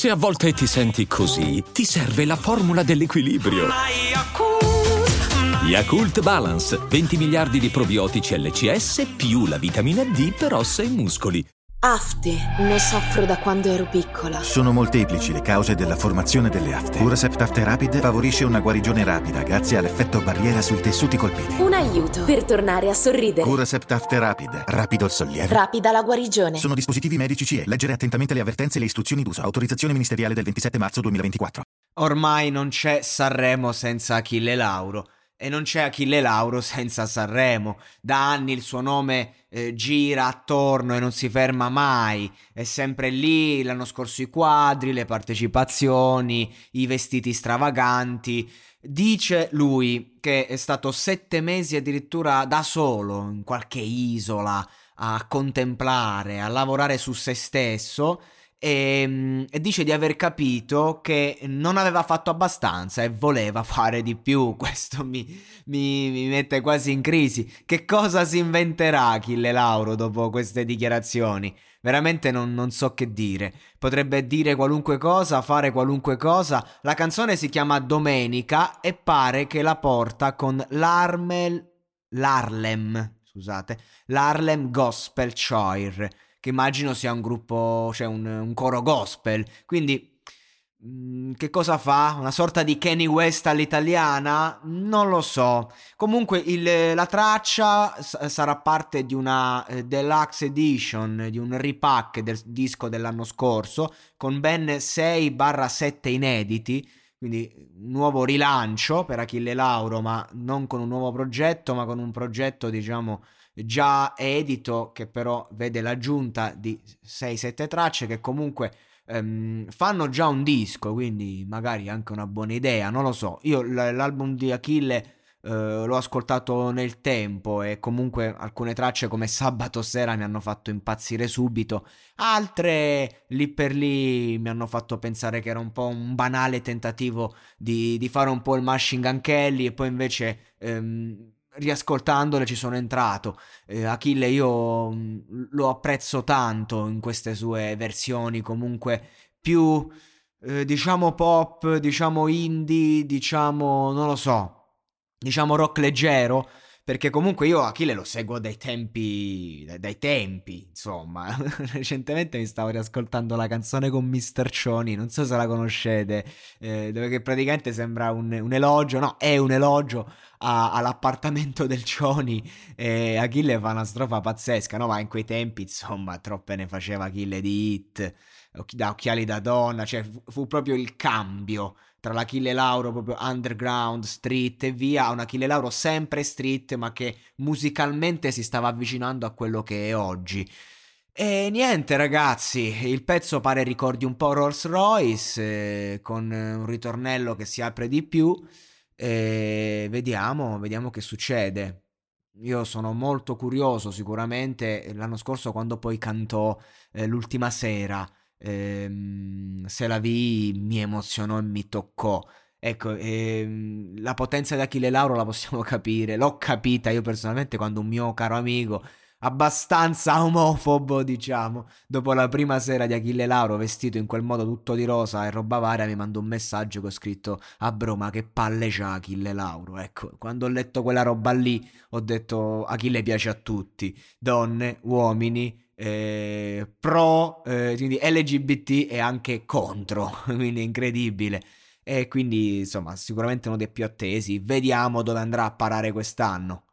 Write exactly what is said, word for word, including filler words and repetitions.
Se a volte ti senti così, ti serve la formula dell'equilibrio. Yakult Balance, venti miliardi di probiotici L C S più la vitamina D per ossa e muscoli. Afte, ne soffro da quando ero piccola. Sono molteplici le cause della formazione delle afte. Curacept Afte Rapid favorisce una guarigione rapida grazie all'effetto barriera sui tessuti colpiti. Un aiuto per tornare a sorridere. Curacept Afte Rapid, rapido il sollievo. Rapida la guarigione. Sono dispositivi medici C E. Leggere attentamente le avvertenze e le istruzioni d'uso. Autorizzazione ministeriale del ventisette marzo duemilaventiquattro. Ormai non c'è Sanremo senza Achille Lauro. E non c'è Achille Lauro senza Sanremo. Da anni il suo nome eh, gira attorno e non si ferma mai. È sempre lì, l'anno scorso i quadri, le partecipazioni, i vestiti stravaganti. Dice lui che è stato sette mesi addirittura da solo in qualche isola a contemplare, a lavorare su se stesso. E, e dice di aver capito che non aveva fatto abbastanza e voleva fare di più. Questo mi, mi, mi mette quasi in crisi. Che cosa si inventerà Achille Lauro dopo queste dichiarazioni? Veramente non, non so che dire. Potrebbe dire qualunque cosa, fare qualunque cosa. La canzone si chiama Domenica e pare che la porta con l'Armel, l'Harlem, scusate, l'Harlem Gospel Choir, che immagino sia un gruppo, cioè un, un coro gospel. Quindi mh, che cosa fa? Una sorta di Kanye West all'italiana? Non lo so. Comunque il, la traccia s- sarà parte di una eh, deluxe edition, di un repack del disco dell'anno scorso, con ben sei sette inediti. Quindi un nuovo rilancio per Achille Lauro, ma non con un nuovo progetto, ma con un progetto, diciamo, già edito, che però vede l'aggiunta di sei sette tracce che comunque ehm, fanno già un disco, quindi magari anche una buona idea, non lo so. Io l- l'album di Achille eh, l'ho ascoltato nel tempo e comunque alcune tracce come Sabato Sera mi hanno fatto impazzire subito, altre lì per lì mi hanno fatto pensare che era un po' un banale tentativo di, di fare un po' il Machine Gun Kelly, e poi invece ehm, riascoltandole ci sono entrato. eh, Achille io mh, lo apprezzo tanto in queste sue versioni comunque più eh, diciamo pop, diciamo indie, diciamo non lo so, diciamo rock leggero, perché comunque io Achille lo seguo dai tempi, dai, dai tempi, insomma. Recentemente mi stavo riascoltando la canzone con mister Cioni, non so se la conoscete, eh, dove che praticamente sembra un, un elogio, no, è un elogio a- all'appartamento del Cioni, e Achille fa una strofa pazzesca, no? Ma in quei tempi, insomma, troppe ne faceva Achille di hit, occhi- da occhiali da donna, cioè fu, fu proprio il cambio tra l'Achille Lauro proprio underground, street e via, a un Achille Lauro sempre street, ma che musicalmente si stava avvicinando a quello che è oggi. E niente ragazzi, il pezzo pare ricordi un po' Rolls Royce, eh, con un ritornello che si apre di più, e vediamo, vediamo che succede. Io sono molto curioso, sicuramente l'anno scorso quando poi cantò eh, l'ultima sera, ehm, Se la vi mi emozionò e mi toccò. Ecco, ehm, la potenza di Achille Lauro la possiamo capire, l'ho capita io personalmente quando un mio caro amico, abbastanza omofobo diciamo, dopo la prima sera di Achille Lauro vestito in quel modo tutto di rosa e roba varia, mi mandò un messaggio che ho scritto: ah bro, ma che palle c'ha Achille Lauro. Ecco, quando ho letto quella roba lì ho detto Achille piace a tutti, donne, uomini, eh, pro, eh, quindi L G B T e anche contro, quindi è incredibile. E quindi insomma sicuramente uno dei più attesi, vediamo dove andrà a parare quest'anno.